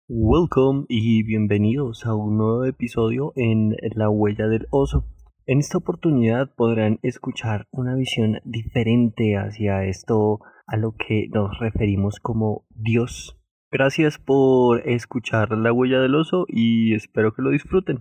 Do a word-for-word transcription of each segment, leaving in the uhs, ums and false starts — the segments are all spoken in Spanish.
Welcome y bienvenidos a un nuevo episodio en La Huella del Oso. En esta oportunidad podrán escuchar una visión diferente hacia esto a lo que nos referimos como Dios. Gracias por escuchar La Huella del Oso y espero que lo disfruten.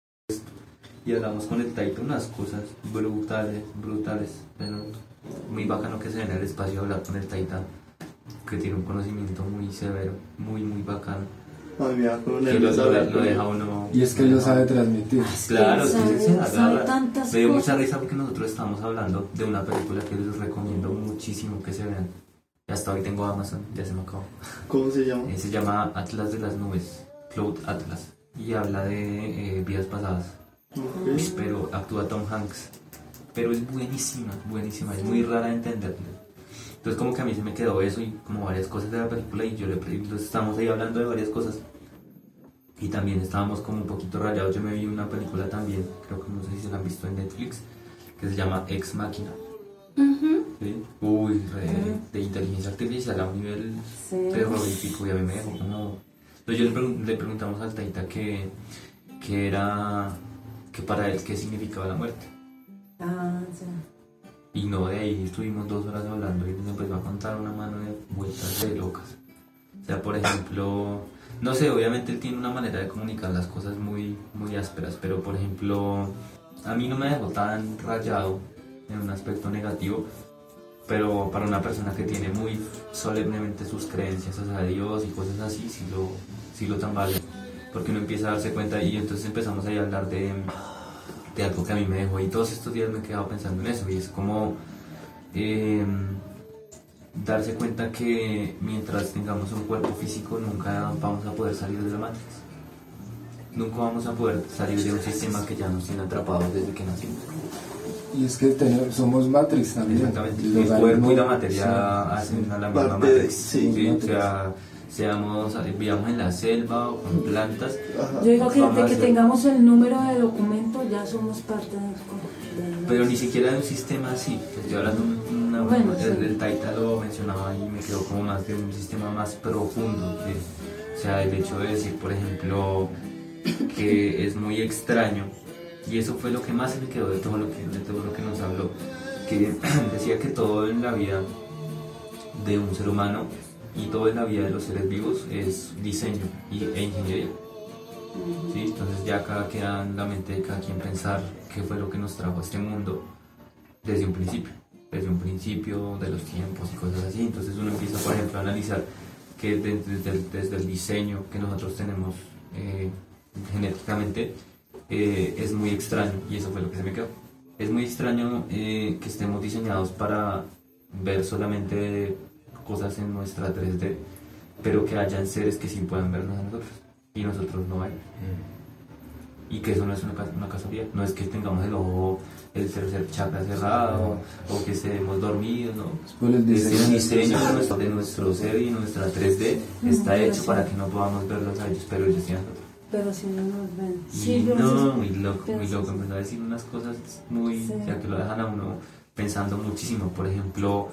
Y hablamos con el Taito unas cosas brutales, brutales. Bueno, muy bacano que se ve en el espacio hablar con el Taita, que tiene un conocimiento muy severo, muy, muy bacano. Ay, mira, con Que lo, lo, lo deja uno. Y es que él lo sabe transmitir. Claro, sí, sí, sabe, se agarra. sabe tantas Me dio cosas. mucha risa porque nosotros estamos hablando de una película que les recomiendo muchísimo que se vean. Y hasta hoy tengo Amazon, ya se me acabó. ¿Cómo se llama? Eh, se llama Atlas de las Nubes, Cloud Atlas. Y habla de eh, vidas pasadas. Okay. Pero actúa Tom Hanks. Pero es buenísima, buenísima, es muy rara de entenderla. Entonces como que a mí se me quedó eso y como varias cosas de la película y yo le entonces estamos ahí hablando de varias cosas. Y también estábamos como un poquito rayados. Yo me vi una película también, creo que no sé si se la han visto en Netflix, que se llama Ex Machina. Uh-huh. ¿Sí? Uy, re, de inteligencia artificial a un nivel Sí. terrorífico y a mí me dejó como... Entonces yo le, pregun- le preguntamos al Taita que, que era, que para él qué significaba la muerte. Ah, ya. Y no, de ahí estuvimos dos horas hablando y nos empezó a contar una mano de vueltas de locas. O sea, por ejemplo, no sé, obviamente él tiene una manera de comunicar las cosas muy, muy ásperas, pero por ejemplo, a mí no me dejó tan rayado en un aspecto negativo, pero para una persona que tiene muy solemnemente sus creencias hacia Dios y cosas así, sí lo, sí lo tambalea, porque uno empieza a darse cuenta y entonces empezamos ahí a hablar de, de algo que a mí me dejó y todos estos días me he quedado pensando en eso y es como eh, darse cuenta que mientras tengamos un cuerpo físico nunca vamos a poder salir de la Matrix, nunca vamos a poder salir de un sistema que ya nos tiene atrapados desde que nacimos. Y es que tenemos, somos Matrix también. Exactamente, Los el cuerpo y la algoritmos, materia sí. hacen a la misma Parte de- Matrix. sí, Sí, o Matrix. sea, seamos, vivamos en la selva o con plantas. Ajá. Yo digo que Vamos a desde que hacer- tengamos el número de documento ya somos parte del... co- de- Pero ni siquiera de un sistema así. Estoy hablando de una, Bueno, el, sí. el Taita lo mencionaba y me quedó como más de un sistema más profundo. Que, o sea, el hecho de decir, por ejemplo, que es muy extraño. Y eso fue lo que más se me quedó de todo lo que, de todo lo que nos habló. Que decía que todo en la vida de un ser humano y todo en la vida de los seres vivos es diseño y, e ingeniería. ¿Sí? Entonces ya cada queda en la mente de cada quien pensar qué fue lo que nos trajo a este mundo desde un principio, desde un principio de los tiempos y cosas así. Entonces uno empieza, por ejemplo, a analizar que de- desde, el, desde el diseño que nosotros tenemos eh, genéticamente eh, es muy extraño y eso fue lo que se me quedó. Es muy extraño eh, que estemos diseñados para ver solamente cosas en nuestra tres D, pero que hayan seres que sí puedan vernos a nosotros y nosotros no hay. Y que eso no es una, ca- una casualidad, no es que tengamos el ojo, el tercer chakra cerrado o que estemos dormidos, no. Es por el Es diseño. el diseño de nuestro, de nuestro ser y nuestra tres D está Ujú, hecho sí. para que no podamos verlos a ellos, pero ellos sí a nosotros. Pero si no nos ven. Y Sí, yo no, sé- muy loco, muy pienso loco, así. empezó a decir unas cosas muy, Sí. o sea, que lo dejan a uno pensando muchísimo. Por ejemplo,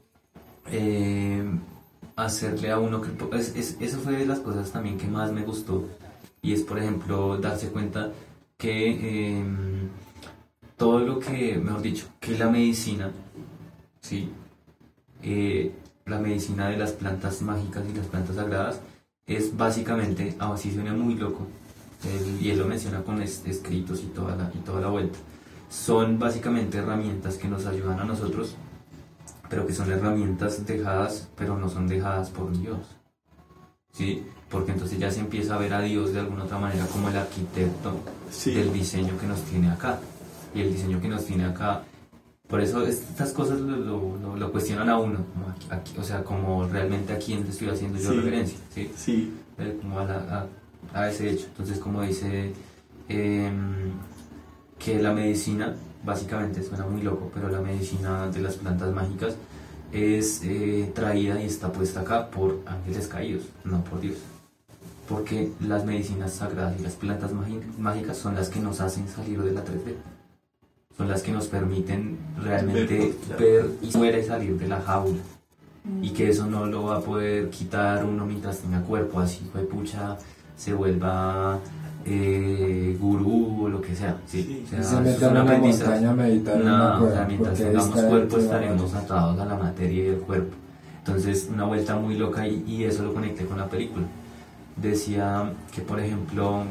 eh, hacerle a uno que... Es, es- eso fue de las cosas también que más me gustó. Y es, por ejemplo, darse cuenta que eh, todo lo que, mejor dicho, que la medicina, ¿sí? Eh, la medicina de las plantas mágicas y las plantas sagradas es básicamente, así suena muy loco, él- y él lo menciona con es- escritos y toda, la, y toda la vuelta, son básicamente herramientas que nos ayudan a nosotros, pero que son herramientas dejadas, pero no son dejadas por Dios, ¿sí? Porque entonces ya se empieza a ver a Dios de alguna otra manera como el arquitecto Sí. del diseño que nos tiene acá, y el diseño que nos tiene acá. Por eso estas cosas lo, lo- lo- lo cuestionan a uno, como aquí- aquí- o sea, como realmente a quién le estoy haciendo yo Sí. referencia, ¿sí? Sí. Eh, como a, la- a- a ese hecho. Entonces, como dice em, que la medicina, básicamente suena muy loco, pero la medicina de las plantas mágicas es eh, traída y está puesta acá por ángeles caídos, no por Dios. Porque las medicinas sagradas y las plantas magi- mágicas son las que nos hacen salir de la tres D. Son las que nos permiten realmente Ver, claro. ver y fuera y salir de la jaula. y que eso no lo va a poder quitar uno mientras tenga cuerpo, así fue pucha, se vuelva eh, gurú o lo que sea, ¿sí? Sí. O sea, Y se eso mete es a un una aprendizaje. montaña a meditar en No, una o cueva, sea, mientras porque tengamos está cuerpo todo estaremos mal. atados a la materia y al cuerpo. Entonces, una vuelta muy loca y, y eso lo conecté con la película. Decía que, por ejemplo,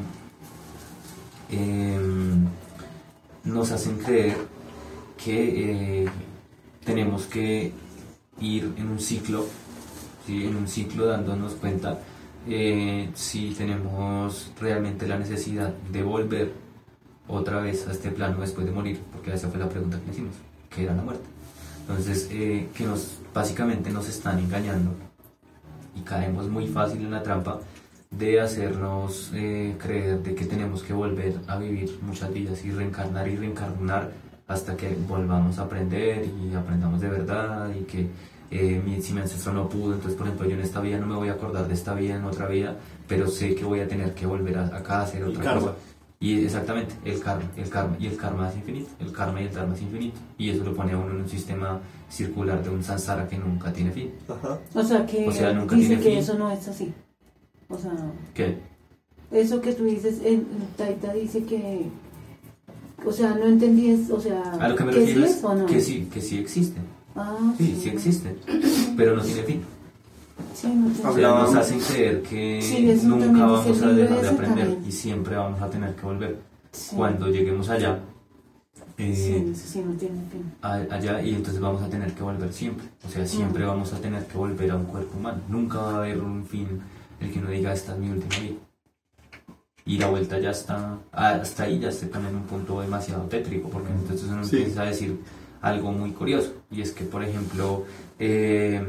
eh, nos hacen creer que eh, tenemos que ir en un ciclo, ¿sí? En un ciclo dándonos cuenta eh, si tenemos realmente la necesidad de volver otra vez a este plano después de morir, porque esa fue la pregunta que le hicimos, que era la muerte. Entonces, eh, que nos básicamente nos están engañando y caemos muy fácil en la trampa de hacernos eh, creer de que tenemos que volver a vivir muchas vidas y reencarnar y reencarnar hasta que volvamos a aprender y aprendamos de verdad y que eh, mi, si mi ancestro no pudo, entonces por ejemplo yo en esta vida no me voy a acordar de esta vida en otra vida, pero sé que voy a tener que volver a, acá a hacer El otra karma. cosa. Y exactamente, el karma, el karma, y el karma es infinito, el karma y el dharma es infinito, y eso lo pone a uno en un sistema circular de un samsara que nunca tiene fin. Ajá. O sea que O sea, nunca dice tiene que fin. eso no es así. O sea, ¿Qué? eso que tú dices, el, el Taita dice que, o sea, no entendí, es, o sea, A lo que me ¿que refiero sí es es o no? que sí, que sí existen, Ah, sí, sí existen, pero no tiene fin. Sí, no tiene- O sea, nos Hablábamos- hacen creer que Sí, eso nunca también vamos dice a el libro dejar de ese aprender también. y siempre vamos a tener que volver. Sí. Cuando lleguemos allá, eh, Sí, eso sí, no tiene fin. a- allá y entonces vamos a tener que volver siempre. O sea, siempre Mm. vamos a tener que volver a un cuerpo humano. Nunca va a haber un fin el que uno diga esta es mi última vida. Y la vuelta ya está, ah, hasta ahí ya está también un punto demasiado tétrico, porque entonces uno Sí. empieza a decir algo muy curioso. Y es que, por ejemplo, eh,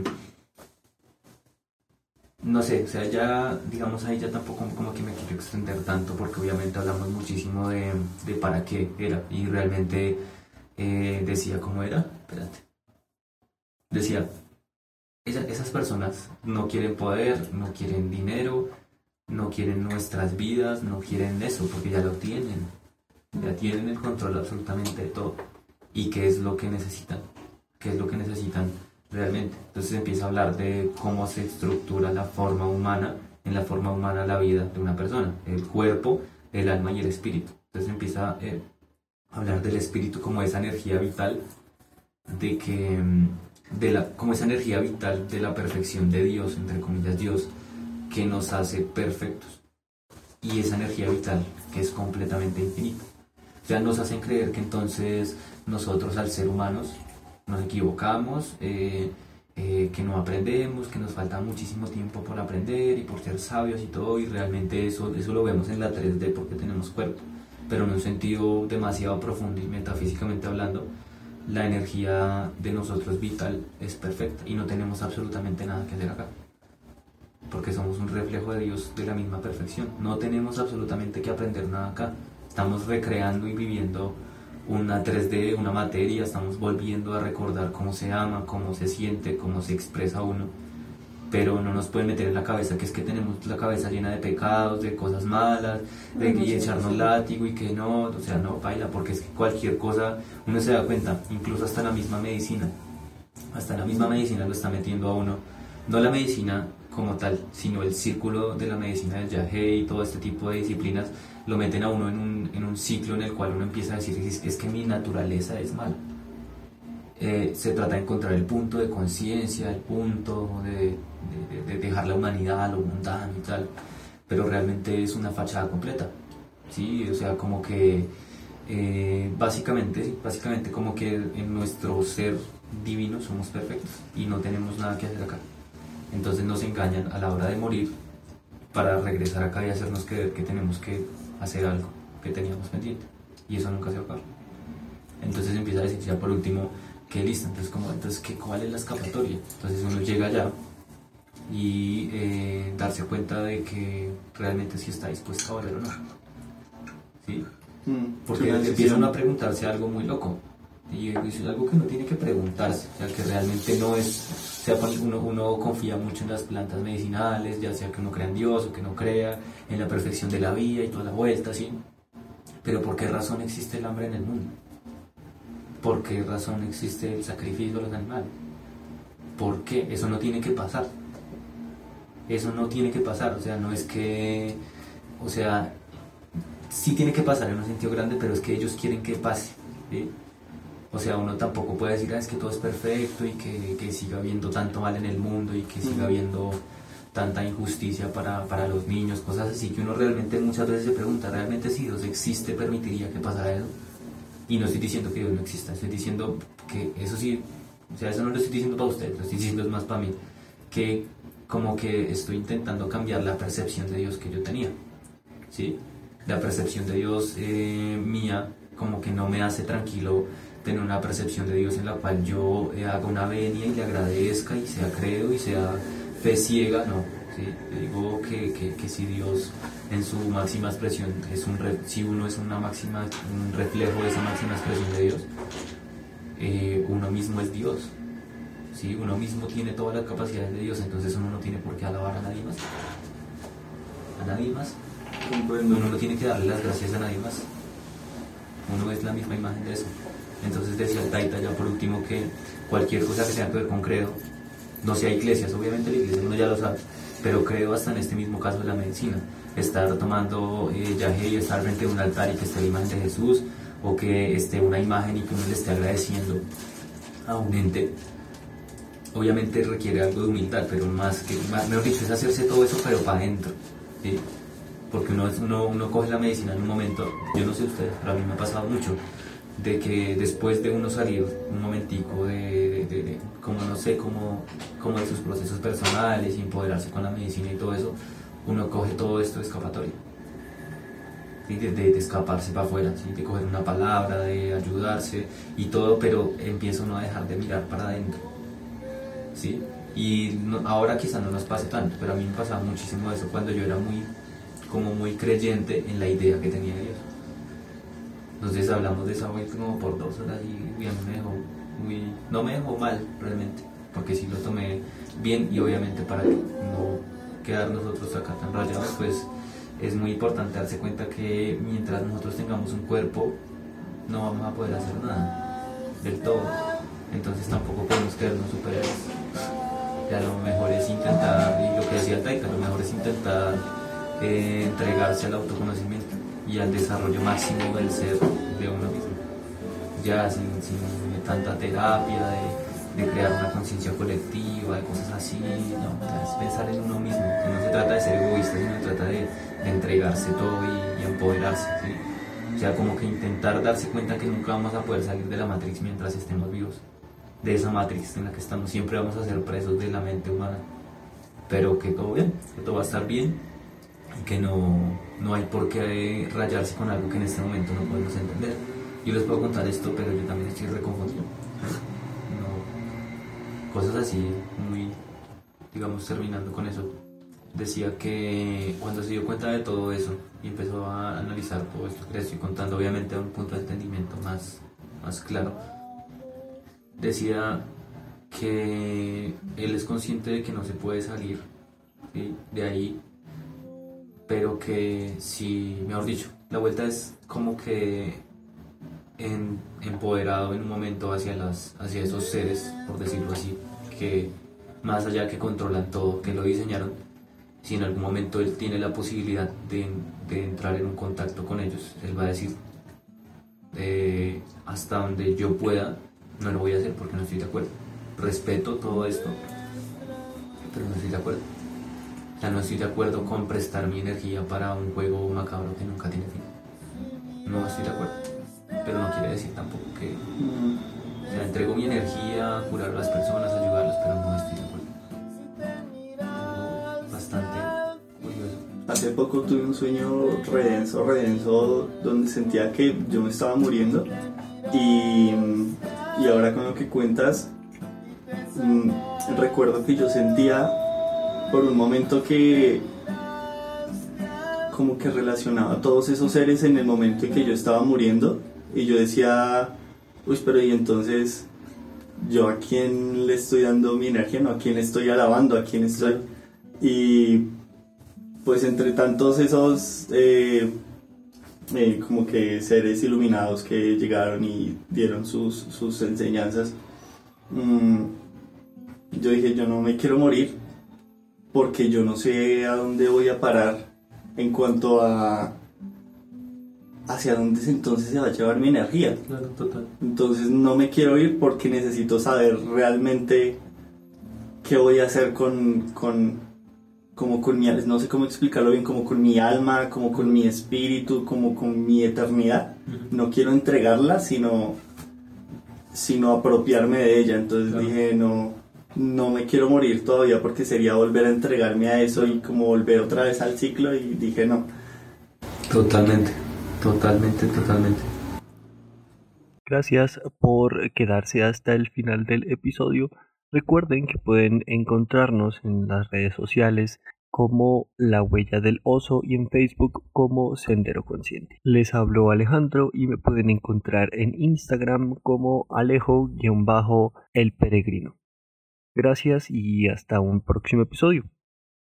no sé, o sea, ya, digamos, ahí ya tampoco como que me quiero extender tanto, porque obviamente hablamos muchísimo de, de para qué era, y realmente eh, decía cómo era, espérate, decía, esa- esas personas no quieren poder, no quieren dinero, no quieren nuestras vidas, no quieren eso, porque ya lo tienen, ya tienen el control absolutamente de todo. ¿Y qué es lo que necesitan? ¿Qué es lo que necesitan realmente? Entonces empieza a hablar de cómo se estructura la forma humana, en la forma humana la vida de una persona, el cuerpo, el alma y el espíritu. Entonces empieza eh, a hablar del espíritu como esa energía vital, de que, mm, de la, como esa energía vital de la perfección de Dios, entre comillas Dios, que nos hace perfectos. Y esa energía vital que es completamente infinita. O sea, nos hacen creer que entonces nosotros al ser humanos nos equivocamos, eh, eh, que no aprendemos, que nos falta muchísimo tiempo por aprender y por ser sabios y todo, y realmente eso, eso lo vemos en la tres D porque tenemos cuerpo, pero en un sentido demasiado profundo y metafísicamente hablando, la energía de nosotros vital es perfecta y no tenemos absolutamente nada que hacer acá, porque somos un reflejo de Dios de la misma perfección, no tenemos absolutamente que aprender nada acá, estamos recreando y viviendo una tres D, una materia, estamos volviendo a recordar cómo se ama, cómo se siente, cómo se expresa uno, pero no nos pueden meter en la cabeza que es que tenemos la cabeza llena de pecados, de cosas malas, de No, y sí, echarnos sí. látigo y que no, o sea, no baila, porque es que cualquier cosa uno se da cuenta, incluso hasta la misma medicina, hasta la misma medicina lo está metiendo a uno, no la medicina como tal, sino el círculo de la medicina del yagé y todo este tipo de disciplinas lo meten a uno en un, en un ciclo en el cual uno empieza a decir es, es que mi naturaleza es mala. Eh, se trata de encontrar el punto de conciencia, el punto de, de, de dejar la humanidad, lo mundano y tal, pero realmente es una fachada completa, ¿sí? O sea, como que eh, básicamente, sí, básicamente como que en nuestro ser divino somos perfectos y no tenemos nada que hacer acá. Entonces nos engañan a la hora de morir para regresar acá y hacernos creer que tenemos que hacer algo que teníamos pendiente y eso nunca se va a acabar. Entonces empieza a decir ya por último que listo, entonces como entonces ¿qué, cuál es la escapatoria? Entonces uno llega allá y eh, darse cuenta de que realmente sí está dispuesto a volver o no, ¿sí? Mm, Porque sí, una empieza decisión. uno a preguntarse algo muy loco y es algo que uno tiene que preguntarse, o sea que realmente no es, o sea, uno, uno confía mucho en las plantas medicinales, ya sea que uno crea en Dios o que no crea, en la perfección de la vida y toda la vuelta, ¿sí? Pero ¿por qué razón existe el hambre en el mundo? ¿Por qué razón existe el sacrificio de los animales? ¿por qué? Eso no tiene que pasar. Eso no tiene que pasar, o sea, no es que, o sea, sí tiene que pasar en un sentido grande, pero es que ellos quieren que pase, ¿sí? O sea, uno tampoco puede decir, ah, es que todo es perfecto y que, que siga habiendo tanto mal en el mundo y que siga habiendo tanta injusticia para, para los niños, cosas así que uno realmente muchas veces se pregunta, ¿realmente si Dios existe permitiría que pasara eso? Y no estoy diciendo que Dios no exista, estoy diciendo que eso sí, o sea, eso no lo estoy diciendo para ustedes, lo estoy diciendo es más para mí, que como que estoy intentando cambiar la percepción de Dios que yo tenía, ¿sí? La percepción de Dios eh, mía como que no me hace tranquilo tener una percepción de Dios en la cual yo eh, haga una venia y le agradezca y sea credo y sea fe ciega, no, ¿sí? Yo digo que, que, que si Dios en su máxima expresión, es un re, si uno es una máxima, un reflejo de esa máxima expresión de Dios, eh, uno mismo es Dios. ¿Sí? Uno mismo tiene todas las capacidades de Dios, entonces uno no tiene por qué alabar a nadie más. A nadie más. Uno no tiene que darle las gracias a nadie más. Uno es la misma imagen de eso. Entonces decía el Taita ya por último que cualquier cosa que tenga que ver con credo, no sea iglesias, obviamente la iglesia uno ya lo sabe, pero credo hasta en este mismo caso de la medicina. Estar tomando eh, yagé y estar frente a un altar y que esté la imagen de Jesús, o que esté una imagen y que uno le esté agradeciendo a un ente, obviamente requiere algo de humildad, pero más que, más, mejor dicho, es hacerse todo eso, pero para adentro, ¿sí? Porque uno, uno, uno coge la medicina en un momento, yo no sé ustedes, pero a mí me ha pasado mucho, de que después de uno salir un momentico de, de, de, de como no sé, como, como de sus procesos personales y empoderarse con la medicina y todo eso, uno coge todo esto de escapatoria, ¿sí? de, de, de escaparse para afuera, ¿sí? De coger una palabra, de ayudarse y todo, pero empieza uno a dejar de mirar para adentro. ¿Sí? Y no, ahora quizá no nos pase tanto, pero a mí me pasaba muchísimo eso cuando yo era muy, como muy creyente en la idea que tenía de Dios. Entonces hablamos de esa hoy como por dos horas y, y a mí me dejó muy, no me dejó mal realmente, porque sí lo tomé bien y obviamente para no quedar nosotros acá tan rayados, pues es muy importante darse cuenta que mientras nosotros tengamos un cuerpo no vamos a poder hacer nada del todo. Entonces tampoco podemos quedarnos superhéroes. Ya lo mejor es intentar, y lo que decía el Taita, lo mejor es intentar eh, entregarse al autoconocimiento y al desarrollo máximo del ser de uno mismo. Ya sin, sin tanta terapia, de, de crear una conciencia colectiva, de cosas así, no, ya es pensar en uno mismo, que no se trata de ser egoísta, sino se trata de, de entregarse todo y, y empoderarse, ¿sí? O sea, como que intentar darse cuenta que nunca vamos a poder salir de la Matrix mientras estemos vivos. De esa Matrix en la que estamos, siempre vamos a ser presos de la mente humana, pero que todo bien, que todo va a estar bien y que no, no hay por qué rayarse con algo que en este momento no podemos entender. Yo les puedo contar esto, pero yo también estoy reconfundido, no, cosas así, muy, digamos, terminando con eso. Decía que cuando se dio cuenta de todo eso y empezó a analizar todo esto que les estoy contando, obviamente a un punto de entendimiento más, más claro, decía que él es consciente de que no se puede salir, ¿sí? De ahí, pero que si, mejor dicho, la vuelta es como que en, empoderado en un momento hacia, las, hacia esos seres, por decirlo así, que más allá que controlan todo, que lo diseñaron, si en algún momento él tiene la posibilidad de, de entrar en un contacto con ellos, él va a decir, eh, hasta donde yo pueda, no lo voy a hacer porque no estoy de acuerdo. Respeto todo esto, pero no estoy de acuerdo. O sea, no estoy de acuerdo con prestar mi energía para un juego macabro que nunca tiene fin. No estoy de acuerdo, pero no quiere decir tampoco que... O sea, entrego mi energía a curar a las personas, a ayudarlos, pero no estoy de acuerdo. Algo bastante curioso. Hace poco tuve un sueño redenso, redenso, donde sentía que yo me estaba muriendo y... Y ahora con lo que cuentas, mmm, recuerdo que yo sentía por un momento que como que relacionaba a todos esos seres en el momento en que yo estaba muriendo y yo decía, uy, pero y entonces yo a quién le estoy dando mi energía, no, a quién estoy alabando, a quién estoy... Y pues entre tantos esos... Eh, Eh, como que seres iluminados que llegaron y dieron sus, sus enseñanzas, mmm, yo dije, yo no me quiero morir porque yo no sé a dónde voy a parar en cuanto a hacia dónde entonces se va a llevar mi energía. Claro, total. Entonces no me quiero ir porque necesito saber realmente qué voy a hacer con, con, como con mi, no sé cómo explicarlo bien, como con mi alma, como con mi espíritu, como con mi eternidad. Uh-huh. No quiero entregarla, sino, sino apropiarme de ella. Entonces claro. dije, no, no me quiero morir todavía porque sería volver a entregarme a eso y como volver otra vez al ciclo, y dije no. Totalmente. Totalmente, totalmente. Gracias por quedarse hasta el final del episodio. Recuerden que pueden encontrarnos en las redes sociales como La Huella del Oso y en Facebook como Sendero Consciente. Les habló Alejandro y me pueden encontrar en Instagram como Alejo-el Peregrino. Gracias y hasta un próximo episodio.